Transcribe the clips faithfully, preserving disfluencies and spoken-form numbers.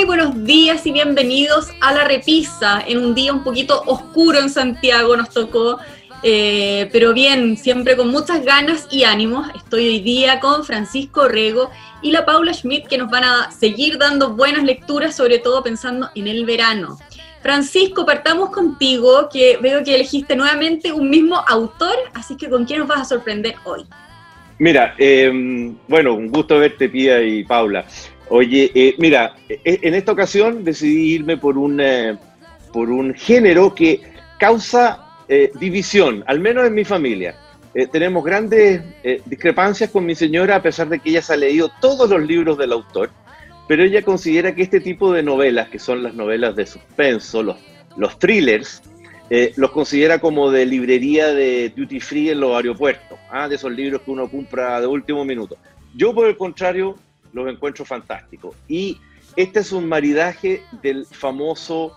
Muy buenos días y bienvenidos a La Repisa, en un día un poquito oscuro en Santiago nos tocó, eh, pero bien, siempre con muchas ganas y ánimos. Estoy hoy día con Francisco Rego y la Paula Schmidt, que nos van a seguir dando buenas lecturas, sobre todo pensando en el verano. Francisco, partamos contigo, que veo que elegiste nuevamente un mismo autor, así que ¿con quién nos vas a sorprender hoy? Mira, eh, bueno, un gusto verte, Pía y Paula. Oye, eh, mira, en esta ocasión decidí irme por un, eh, por un género que causa eh, división, al menos en mi familia. Eh, tenemos grandes eh, discrepancias con mi señora, a pesar de que ella se ha leído todos los libros del autor, pero ella considera que este tipo de novelas, que son las novelas de suspenso, los, los thrillers, eh, los considera como de librería de duty free en los aeropuertos, ¿ah? De esos libros que uno compra de último minuto. Yo, por el contrario, los encuentro fantásticos. Y este es un maridaje del famoso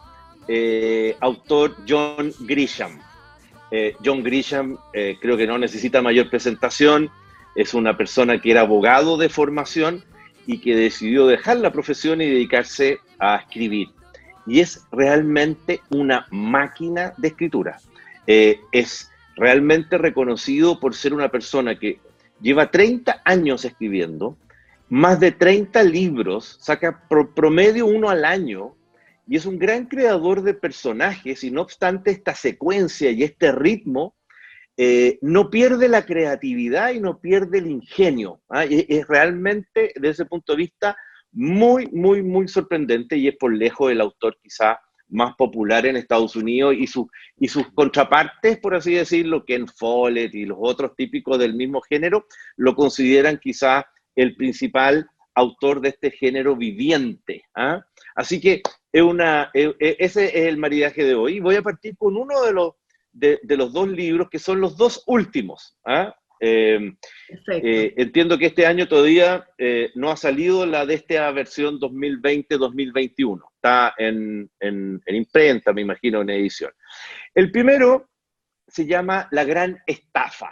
eh, autor John Grisham. Eh, John Grisham eh, creo que no necesita mayor presentación, es una persona que era abogado de formación y que decidió dejar la profesión y dedicarse a escribir. Y es realmente una máquina de escritura. Eh, es realmente reconocido por ser una persona que lleva treinta años escribiendo, más de treinta libros, saca por promedio uno al año, y es un gran creador de personajes, y no obstante esta secuencia y este ritmo, eh, no pierde la creatividad y no pierde el ingenio. ¿Ah? Es, es realmente, desde ese punto de vista, muy, muy, muy sorprendente, y es por lejos el autor quizá más popular en Estados Unidos, y, su, y sus contrapartes, por así decirlo, Ken Follett y los otros típicos del mismo género, lo consideran quizá el principal autor de este género viviente. ¿Ah? Así que es una, es, ese es el maridaje de hoy. Voy a partir con uno de los, de, de los dos libros, que son los dos últimos. ¿Ah? Eh, eh, entiendo que este año todavía eh, no ha salido la de esta versión dos mil veinte dos mil veintiuno. Está en, en, en imprenta, me imagino, en edición. El primero se llama La Gran Estafa.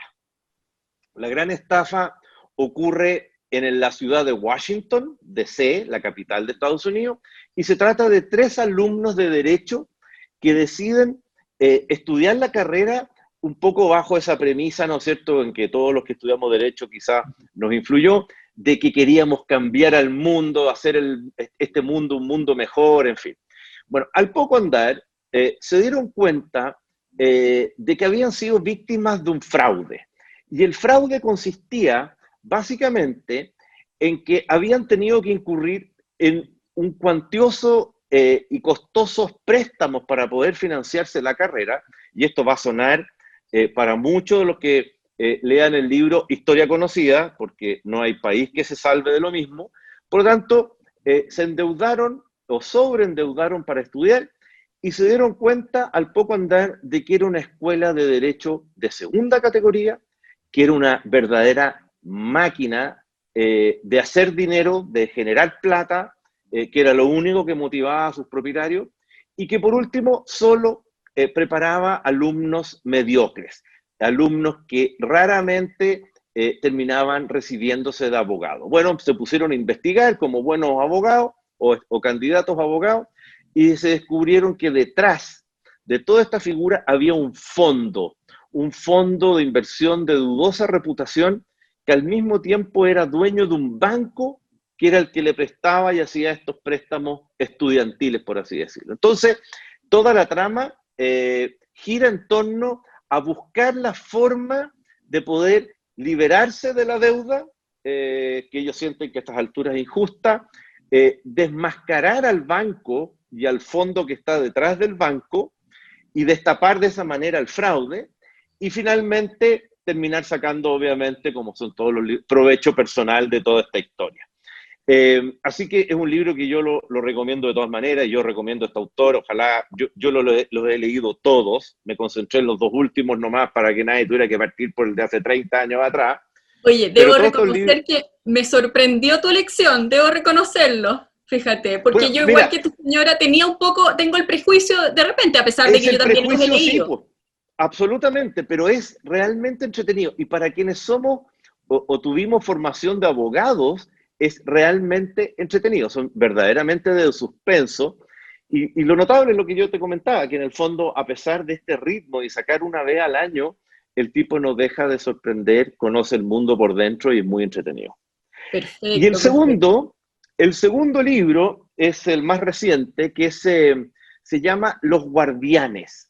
La Gran Estafa ocurre en la ciudad de Washington, D C, la capital de Estados Unidos, y se trata de tres alumnos de Derecho que deciden eh, estudiar la carrera un poco bajo esa premisa, ¿no es cierto?, en que todos los que estudiamos Derecho quizás nos influyó, de que queríamos cambiar al mundo, hacer el, este mundo un mundo mejor, en fin. Bueno, al poco andar, eh, se dieron cuenta eh, de que habían sido víctimas de un fraude. Y el fraude consistía básicamente en que habían tenido que incurrir en un cuantioso eh, y costosos préstamos para poder financiarse la carrera, y esto va a sonar eh, para muchos de los que eh, lean el libro Historia Conocida, porque no hay país que se salve de lo mismo. Por lo tanto, eh, se endeudaron o sobreendeudaron para estudiar, y se dieron cuenta al poco andar de que era una escuela de derecho de segunda categoría, que era una verdadera máquina eh, de hacer dinero, de generar plata, eh, que era lo único que motivaba a sus propietarios, y que por último solo eh, preparaba alumnos mediocres, alumnos que raramente eh, terminaban recibiéndose de abogado. Bueno, se pusieron a investigar como buenos abogados o, o candidatos a abogados, y se descubrieron que detrás de toda esta figura había un fondo, un fondo de inversión de dudosa reputación, que al mismo tiempo era dueño de un banco que era el que le prestaba y hacía estos préstamos estudiantiles, por así decirlo. Entonces, toda la trama eh, gira en torno a buscar la forma de poder liberarse de la deuda, eh, que ellos sienten que a estas alturas es injusta, eh, desmascarar al banco y al fondo que está detrás del banco, y destapar de esa manera el fraude, y finalmente terminar sacando, obviamente, como son todos los libros, provecho personal de toda esta historia. Eh, así que es un libro que yo lo, lo recomiendo de todas maneras, y yo recomiendo a este autor, ojalá, yo, yo lo, lo, los he leído todos, me concentré en los dos últimos nomás para que nadie tuviera que partir por el de hace treinta años atrás. Oye, debo reconocer libros... que me sorprendió tu elección, debo reconocerlo. Fíjate, porque bueno, yo igual mira, que tu señora tenía un poco, tengo el prejuicio de repente, a pesar de que yo también los he leído. Sí, pues, absolutamente, pero es realmente entretenido. Y para quienes somos o, o tuvimos formación de abogados, es realmente entretenido, son verdaderamente de suspenso. Y, y lo notable es lo que yo te comentaba, que en el fondo, a pesar de este ritmo y sacar una vez al año, el tipo no deja de sorprender, conoce el mundo por dentro y es muy entretenido. Y el Perfecto, perfecto. segundo, el segundo libro es el más reciente, que es, eh, se llama Los Guardianes.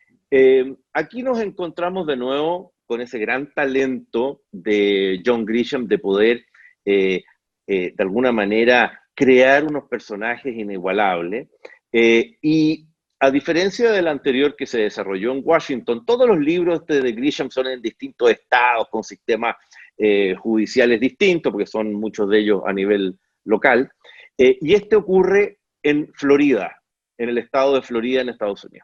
Eh, aquí nos encontramos de nuevo con ese gran talento de John Grisham de poder, eh, eh, de alguna manera, crear unos personajes inigualables. Eh, y a diferencia del anterior que se desarrolló en Washington, todos los libros de Grisham son en distintos estados, con sistemas eh, judiciales distintos, porque son muchos de ellos a nivel local. Eh, y este ocurre en Florida, en el estado de Florida, en Estados Unidos.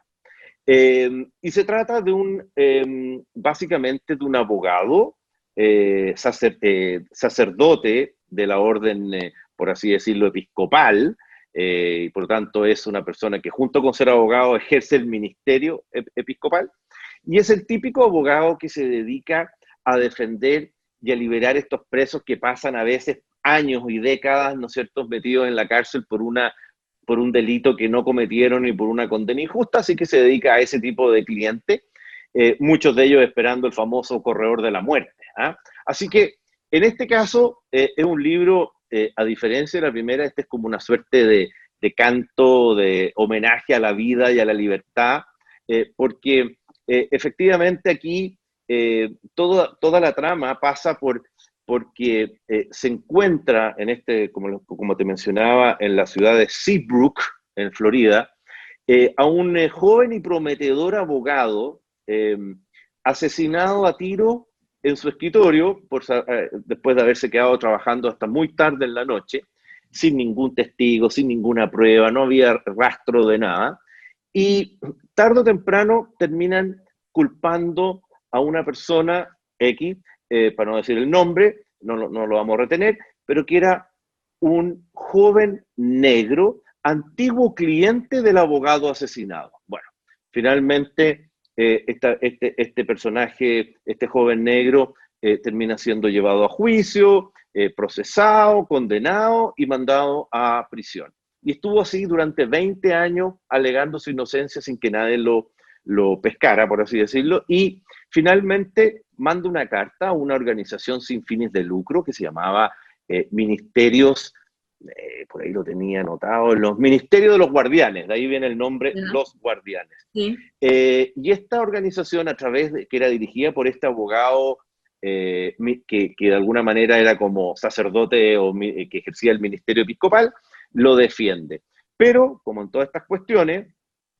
Eh, y se trata de un, eh, básicamente de un abogado, eh, sacer, eh, sacerdote de la orden, eh, por así decirlo, episcopal, eh, y por lo tanto es una persona que junto con ser abogado ejerce el ministerio episcopal, y es el típico abogado que se dedica a defender y a liberar estos presos que pasan a veces años y décadas, ¿no es cierto?, metidos en la cárcel por una por un delito que no cometieron y por una condena injusta, así que se dedica a ese tipo de cliente, eh, muchos de ellos esperando el famoso corredor de la muerte. ¿ah? Así que, en este caso, eh, es un libro, eh, a diferencia de la primera, este es como una suerte de, de canto, de homenaje a la vida y a la libertad, eh, porque eh, efectivamente aquí eh, toda, toda la trama pasa por porque eh, se encuentra en este, como, como te mencionaba, en la ciudad de Seabrook, en Florida, eh, a un eh, joven y prometedor abogado eh, asesinado a tiro en su escritorio por, eh, después de haberse quedado trabajando hasta muy tarde en la noche, sin ningún testigo, sin ninguna prueba, no había rastro de nada, y tarde o temprano terminan culpando a una persona X, eh, para no decir el nombre, no, no lo vamos a retener, pero que era un joven negro, antiguo cliente del abogado asesinado. Bueno, finalmente eh, esta, este, este personaje, este joven negro, eh, termina siendo llevado a juicio, eh, procesado, condenado y mandado a prisión. Y estuvo así durante veinte años alegando su inocencia sin que nadie lo, lo pescara, por así decirlo, y finalmente manda una carta a una organización sin fines de lucro que se llamaba eh, Ministerios, eh, por ahí lo tenía anotado, los Ministerios de los Guardianes, de ahí viene el nombre, ¿Ya? Los Guardianes. Sí. Eh, y esta organización, a través de, que era dirigida por este abogado eh, que, que de alguna manera era como sacerdote o que ejercía el ministerio episcopal, lo defiende. Pero, como en todas estas cuestiones,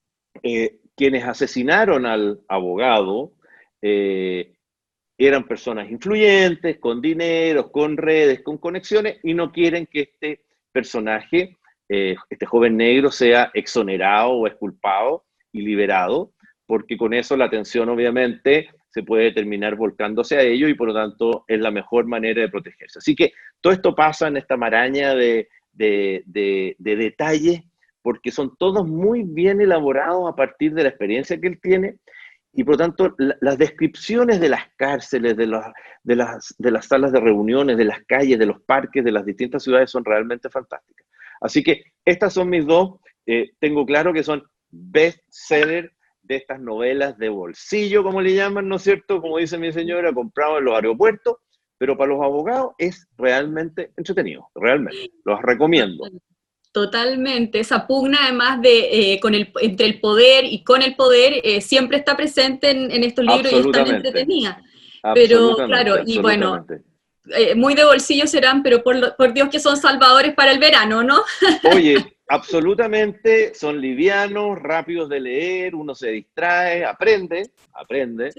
eh, quienes asesinaron al abogado eh, eran personas influyentes, con dinero, con redes, con conexiones, y no quieren que este personaje, eh, este joven negro, sea exonerado o exculpado y liberado, porque con eso la atención obviamente se puede terminar volcándose a ello y por lo tanto es la mejor manera de protegerse. Así que todo esto pasa en esta maraña de, de, de, de detalles, porque son todos muy bien elaborados a partir de la experiencia que él tiene, y por lo tanto la, las descripciones de las cárceles, de, los, de, las, de las salas de reuniones, de las calles, de los parques, de las distintas ciudades son realmente fantásticas. Así que estas son mis dos, eh, tengo claro que son best-seller de estas novelas de bolsillo, como le llaman, ¿no es cierto? Como dice mi señora, comprado en los aeropuertos, pero para los abogados es realmente entretenido, realmente, los recomiendo. Totalmente, esa pugna además de, eh, con el, entre el poder y con el poder eh, siempre está presente en, en estos libros y es tan entretenida. Pero claro, y bueno, eh, muy de bolsillo serán, pero por, lo, por Dios que son salvadores para el verano, ¿no? Oye, absolutamente, son livianos, rápidos de leer, uno se distrae, aprende, aprende.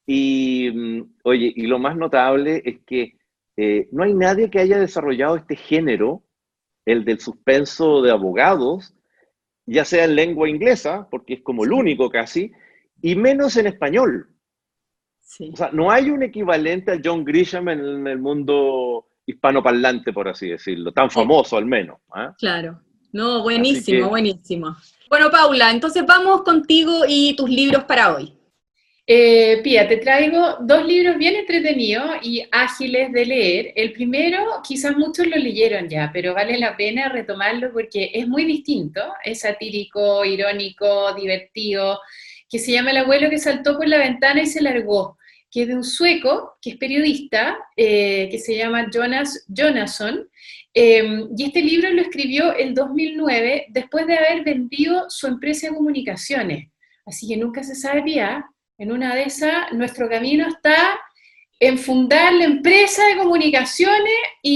Y, oye, y lo más notable es que eh, no hay nadie que haya desarrollado este género, el del suspenso de abogados, ya sea en lengua inglesa, porque es como el único casi, y menos en español. Sí. O sea, no hay un equivalente a John Grisham en el mundo hispanoparlante, por así decirlo, tan famoso al menos. ¿eh? Claro. No, buenísimo, que... buenísimo. Bueno, Paula, entonces vamos contigo y tus libros para hoy. Eh, Pía, te traigo dos libros bien entretenidos y ágiles de leer. El primero, quizás muchos lo leyeron ya, pero vale la pena retomarlo porque es muy distinto, es satírico, irónico, divertido, que se llama El abuelo que saltó por la ventana y se largó, que es de un sueco, que es periodista, eh, que se llama Jonas Jonasson, eh, y este libro lo escribió el dos mil nueve después de haber vendido su empresa de comunicaciones. Así que nunca se sabe, Pía. En una de esas, nuestro camino está en fundar la empresa de comunicaciones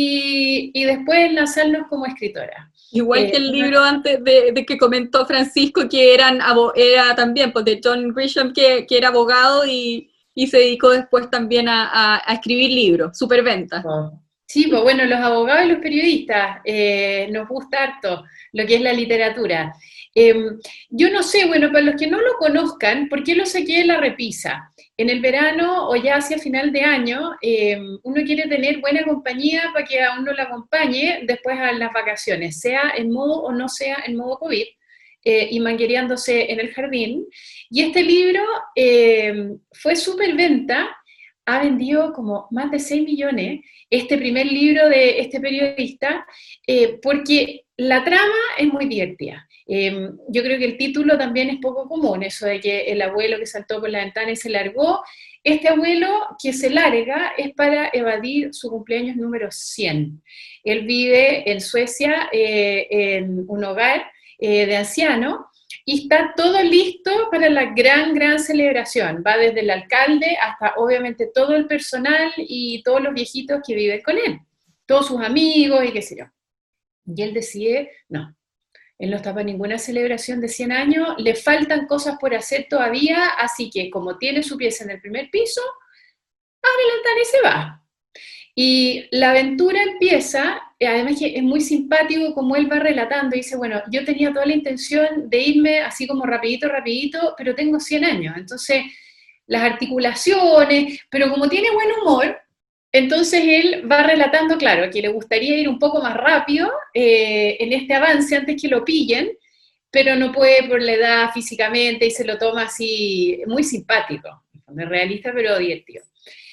y, y después lanzarnos como escritora. Igual Eh, que el libro antes de, de que comentó Francisco, que eran, era también pues, de John Grisham, que, que era abogado y, y se dedicó después también a, a, a escribir libros, superventa. Sí, pues bueno, los abogados y los periodistas eh, nos gusta harto lo que es la literatura. Eh, yo no sé, bueno, para los que no lo conozcan, ¿por qué lo saqué de la repisa? En el verano o ya hacia final de año, eh, uno quiere tener buena compañía para que a uno lo acompañe después a las vacaciones, sea en modo o no sea en modo COVID, eh, y manguereándose en el jardín. Y este libro eh, fue súper venta, ha vendido como más de seis millones, este primer libro de este periodista, eh, porque la trama es muy divertida. Eh, yo creo que el título también es poco común, eso de que el abuelo que saltó por la ventana y se largó. Este abuelo que se larga es para evadir su cumpleaños número cien. Él vive en Suecia, eh, en un hogar eh, de ancianos, y está todo listo para la gran, gran celebración. Va desde el alcalde hasta, obviamente, todo el personal y todos los viejitos que viven con él, todos sus amigos y qué sé yo. Y él decide, no, él no está para ninguna celebración de cien años, le faltan cosas por hacer todavía, así que como tiene su pieza en el primer piso, abre la ventana y se va. Y la aventura empieza, además que es muy simpático como él va relatando, y dice, bueno, yo tenía toda la intención de irme así como rapidito, rapidito, pero tengo cien años, entonces las articulaciones, pero como tiene buen humor, entonces él va relatando, claro, que le gustaría ir un poco más rápido eh, en este avance antes que lo pillen, pero no puede por la edad físicamente y se lo toma así, muy simpático, es realista pero divertido.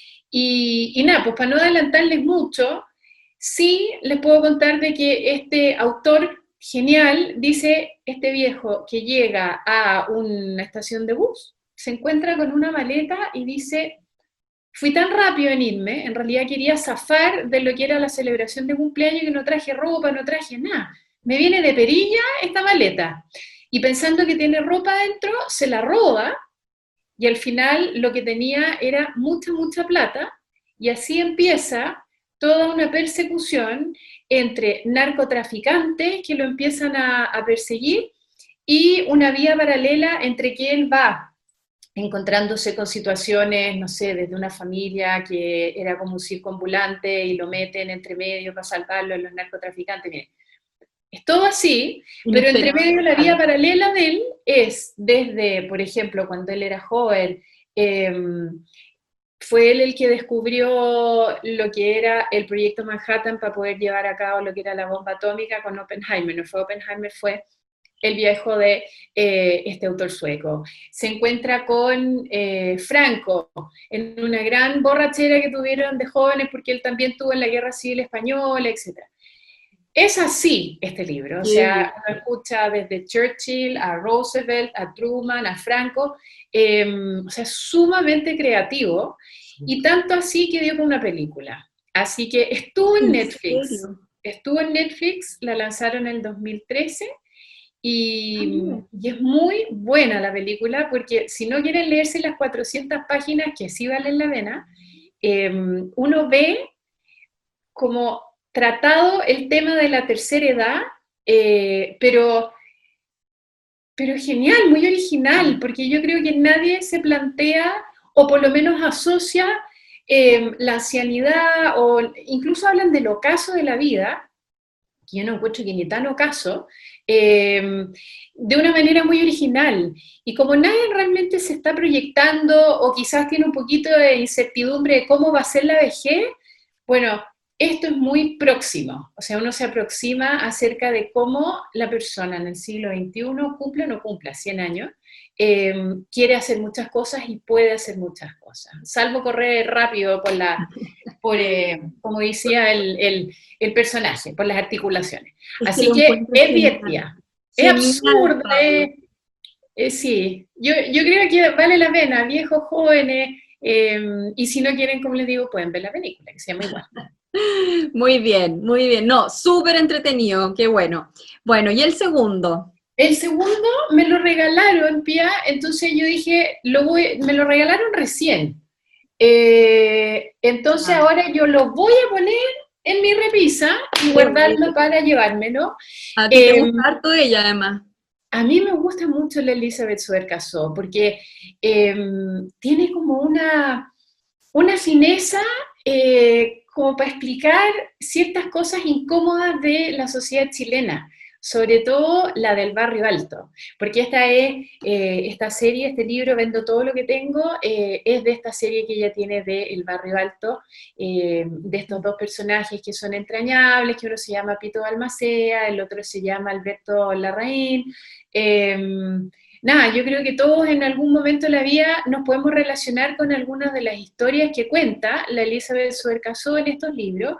Y, y nada, pues para no adelantarles mucho, sí les puedo contar de que este autor genial dice, este viejo que llega a una estación de bus, se encuentra con una maleta y dice, fui tan rápido en irme, en realidad quería zafar de lo que era la celebración de cumpleaños que no traje ropa, no traje nada. Me viene de perilla esta maleta. Y pensando que tiene ropa dentro, se la roba, y al final lo que tenía era mucha, mucha plata, y así empieza toda una persecución entre narcotraficantes que lo empiezan a, a perseguir, y una vía paralela entre que él va encontrándose con situaciones, no sé, desde una familia que era como un circo ambulante y lo meten entre medio para salvarlo en los narcotraficantes. Miren, es todo así, pero entre medio la vía paralela de él es desde, por ejemplo, cuando él era joven, eh, fue él el que descubrió lo que era el proyecto Manhattan para poder llevar a cabo lo que era la bomba atómica con Oppenheimer. No fue Oppenheimer, fue el viejo de eh, este autor sueco. Se encuentra con eh, Franco en una gran borrachera que tuvieron de jóvenes porque él también tuvo en la Guerra Civil Española, etcétera. Es así este libro, o sea, uno escucha desde Churchill a Roosevelt, a Truman, a Franco, eh, o sea, sumamente creativo, y tanto así que dio con una película. Así que estuvo en Netflix, estuvo en Netflix, la lanzaron en el dos mil trece, y, ah, y es muy buena la película, porque si no quieren leerse las cuatrocientas páginas, que sí valen la pena, eh, uno ve como tratado el tema de la tercera edad, eh, pero, pero genial, muy original, porque yo creo que nadie se plantea, o por lo menos asocia, eh, la ancianidad, o incluso hablan del ocaso de la vida, que yo no encuentro que ni tan ocaso, eh, de una manera muy original. Y como nadie realmente se está proyectando, o quizás tiene un poquito de incertidumbre de cómo va a ser la vejez, bueno, esto es muy próximo, o sea, uno se aproxima acerca de cómo la persona en el siglo veintiuno, cumple o no cumpla cien años, eh, quiere hacer muchas cosas y puede hacer muchas cosas, salvo correr rápido por la, por, eh, como decía el, el, el personaje, por las articulaciones. Es Así que, que es genial. divertida, es Genial, absurda, Pablo. es, eh, sí, yo, yo creo que vale la pena, viejos, jóvenes, eh, y si no quieren, como les digo, pueden ver la película, que se llama igual. Muy bien, muy bien. No, súper entretenido, qué bueno. Bueno, ¿y el segundo? El segundo me lo regalaron, Pía, entonces yo dije, lo voy, me lo regalaron recién. Eh, entonces Ah. ahora yo lo voy a poner en mi repisa y Qué guardarlo bueno. para llevármelo. A ti te Eh, gusta harto ella, además. A mí me gusta mucho la Elizabeth Suercasó, porque eh, tiene como una, una fineza eh, como para explicar ciertas cosas incómodas de la sociedad chilena, sobre todo la del barrio alto, porque esta es, eh, esta serie, este libro, Vendo todo lo que tengo, eh, es de esta serie que ella tiene de El barrio alto, eh, de estos dos personajes que son entrañables, que uno se llama Pito Balmaceda, el otro se llama Alberto Larraín. Eh, Nada, yo creo que todos en algún momento de la vida nos podemos relacionar con algunas de las historias que cuenta la Elizabeth Suercasó en estos libros.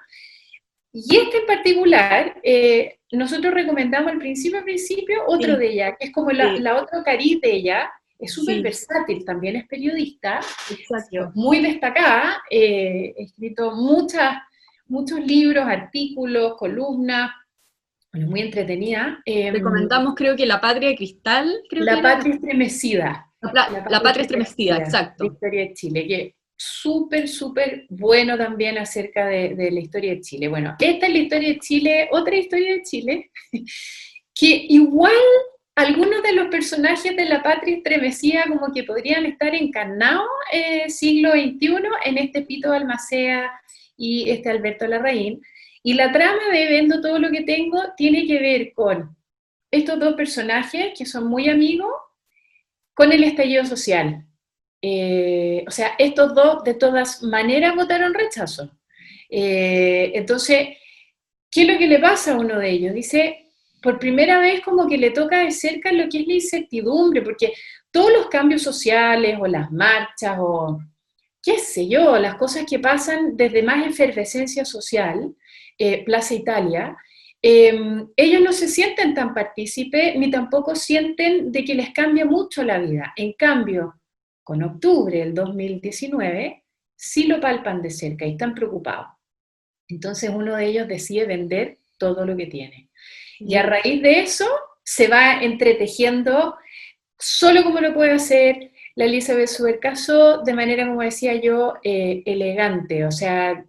Y este en particular, eh, nosotros recomendamos al principio, al principio, otro Sí. de ella, que es como la, Sí. la otra cariz de ella, es súper Sí. versátil, también es periodista, Exacto. muy destacada, eh, ha escrito muchas, muchos libros, artículos, columnas, bueno, muy entretenida. Eh, Recomendamos, creo que La Patria de Cristal, creo que La era. Patria Estremecida. La, Pla- La La Patria Estremecida, de exacto. Historia de Chile, que súper, súper bueno también acerca de, de la historia de Chile. Bueno, esta es la historia de Chile, otra historia de Chile, que igual algunos de los personajes de La Patria Estremecida como que podrían estar encarnados eh, siglo veintiuno en este Pito Balmaceda y este Alberto Larraín. Y la trama de Vendo todo lo que tengo tiene que ver con estos dos personajes que son muy amigos, con el estallido social. Eh, o sea, estos dos de todas maneras votaron rechazo. Eh, entonces, ¿qué es lo que le pasa a uno de ellos? Dice, por primera vez como que le toca de cerca lo que es la incertidumbre, porque todos los cambios sociales o las marchas o qué sé yo, las cosas que pasan desde más efervescencia social, eh, Plaza Italia, eh, ellos no se sienten tan partícipes ni tampoco sienten de que les cambia mucho la vida. En cambio, con octubre del dos mil diecinueve, sí lo palpan de cerca y están preocupados. Entonces uno de ellos decide vender todo lo que tiene. Y a raíz de eso se va entretejiendo solo como lo puede hacer la Elizabeth Suercasó, de manera, como decía yo, eh, elegante, o sea,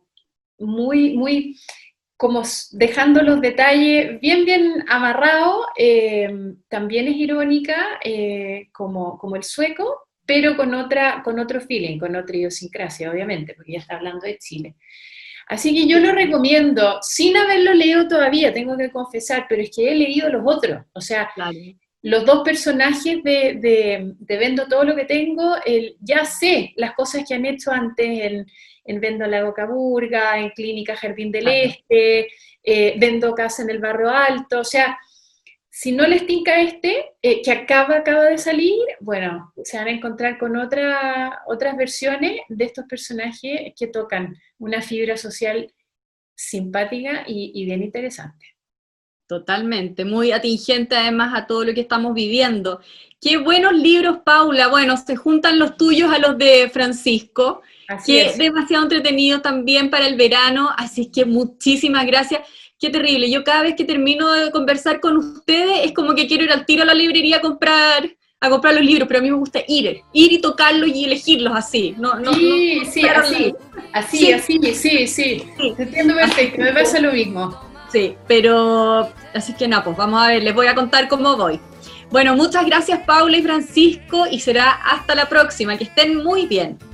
muy, muy, como dejando los detalles bien, bien amarrados, eh, también es irónica, eh, como, como el sueco, pero con, otra, con otro feeling, con otra idiosincrasia, obviamente, porque ya está hablando de Chile. Así que yo lo recomiendo, sin haberlo leído todavía, tengo que confesar, pero es que he leído los otros, o sea, Claro. los dos personajes de, de, de Vendo todo lo que tengo, el, ya sé las cosas que han hecho antes en, en Vendo Lago Caburga, en Clínica Jardín del Claro. Este, eh, Vendo casa en el Barrio Alto, o sea, si no les tinca este, eh, que acaba, acaba de salir, bueno, se van a encontrar con otra, otras versiones de estos personajes que tocan una fibra social simpática y, y bien interesante. Totalmente, muy atingente además a todo lo que estamos viviendo. Qué buenos libros, Paula. Bueno, se juntan los tuyos a los de Francisco. Así Qué es. demasiado entretenido también para el verano, así que muchísimas gracias. Qué terrible, yo cada vez que termino de conversar con ustedes es como que quiero ir al tiro a la librería a comprar, a comprar los libros, pero a mí me gusta ir, ir y tocarlos y elegirlos así. No, no, Sí, no, sí, no, así, así, Sí. así, sí, sí, Sí. te entiendo perfecto, me pasa lo mismo. Sí, pero así que nada, pues vamos a ver, les voy a contar cómo voy. Bueno, muchas gracias Paula y Francisco y será hasta la próxima, que estén muy bien.